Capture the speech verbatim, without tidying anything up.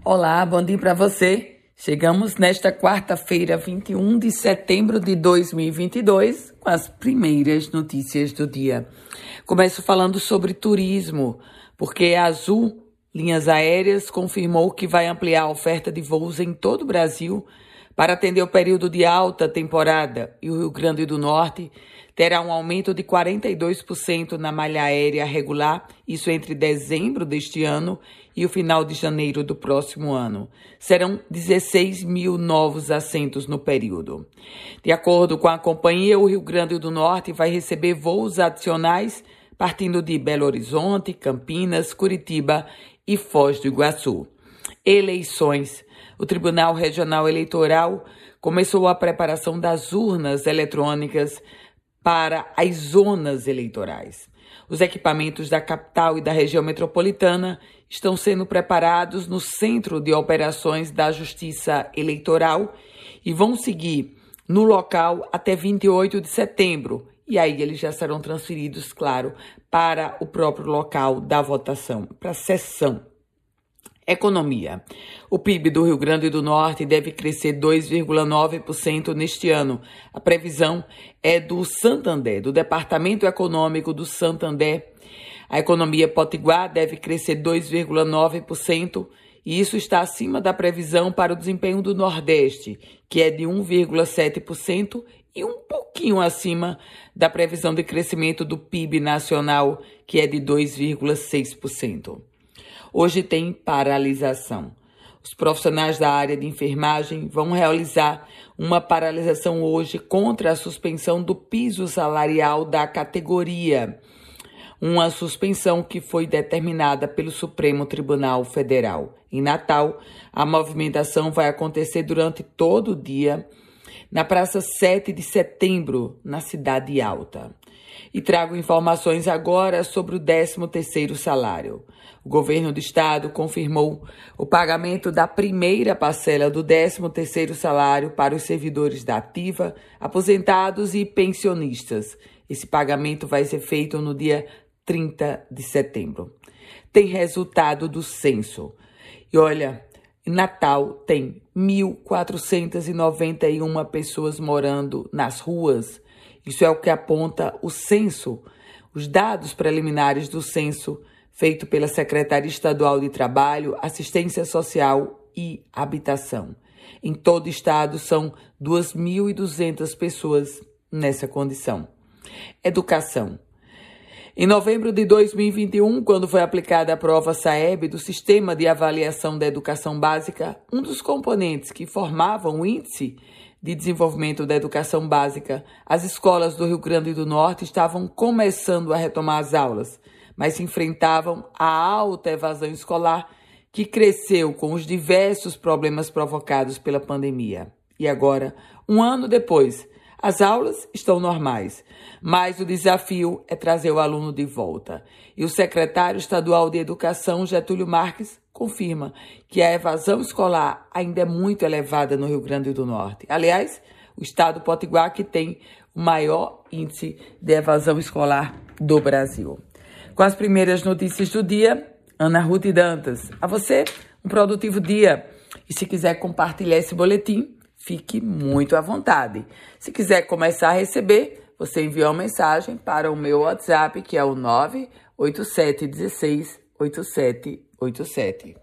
Olá, bom dia para você. Chegamos nesta quarta-feira, vinte e um de setembro de dois mil e vinte e dois, com as primeiras notícias do dia. Começo falando sobre turismo, porque a Azul Linhas Aéreas confirmou que vai ampliar a oferta de voos em todo o Brasil para atender o período de alta temporada, e o Rio Grande do Norte terá um aumento de quarenta e dois por cento na malha aérea regular, isso entre dezembro deste ano e o final de janeiro do próximo ano. Serão dezesseis mil novos assentos no período. De acordo com a companhia, o Rio Grande do Norte vai receber voos adicionais partindo de Belo Horizonte, Campinas, Curitiba e Foz do Iguaçu. Eleições. O Tribunal Regional Eleitoral começou a preparação das urnas eletrônicas para as zonas eleitorais. Os equipamentos da capital e da região metropolitana estão sendo preparados no Centro de Operações da Justiça Eleitoral e vão seguir no local até vinte e oito de setembro. E aí eles já serão transferidos, claro, para o próprio local da votação, para a sessão. Economia. O P I B do Rio Grande do Norte deve crescer dois vírgula nove por cento neste ano. A previsão é do Santander, do Departamento Econômico do Santander. A economia potiguar deve crescer dois vírgula nove por cento e isso está acima da previsão para o desempenho do Nordeste, que é de um vírgula sete por cento e um pouquinho acima da previsão de crescimento do P I B nacional, que é de dois vírgula seis por cento. Hoje tem paralisação. Os profissionais da área de enfermagem vão realizar uma paralisação hoje contra a suspensão do piso salarial da categoria. Uma suspensão que foi determinada pelo Supremo Tribunal Federal. Em Natal, a movimentação vai acontecer durante todo o dia na Praça sete de Setembro, na Cidade Alta. E trago informações agora sobre o décimo terceiro salário. O governo do estado confirmou o pagamento da primeira parcela do décimo terceiro salário para os servidores da ativa, aposentados e pensionistas. Esse pagamento vai ser feito no dia trinta de setembro. Tem resultado do censo. E olha, em Natal tem mil quatrocentas e noventa e uma pessoas morando nas ruas. Isso é o que aponta o censo, os dados preliminares do censo feito pela Secretaria Estadual de Trabalho, Assistência Social e Habitação. Em todo o estado são duas mil e duzentas pessoas nessa condição. Educação. Em novembro de dois mil e vinte e um, quando foi aplicada a prova SAEB do Sistema de Avaliação da Educação Básica, um dos componentes que formavam o Índice de Desenvolvimento da Educação Básica, as escolas do Rio Grande do Norte estavam começando a retomar as aulas, mas se enfrentavam a alta evasão escolar que cresceu com os diversos problemas provocados pela pandemia. E agora, um ano depois, as aulas estão normais, mas o desafio é trazer o aluno de volta. E o secretário estadual de Educação, Getúlio Marques, confirma que a evasão escolar ainda é muito elevada no Rio Grande do Norte. Aliás, o estado potiguar que tem o maior índice de evasão escolar do Brasil. Com as primeiras notícias do dia, Ana Ruth Dantas. A você, um produtivo dia. E se quiser compartilhar esse boletim, fique muito à vontade. Se quiser começar a receber, você envia uma mensagem para o meu WhatsApp, que é o nove oito sete um seis oito sete oito sete.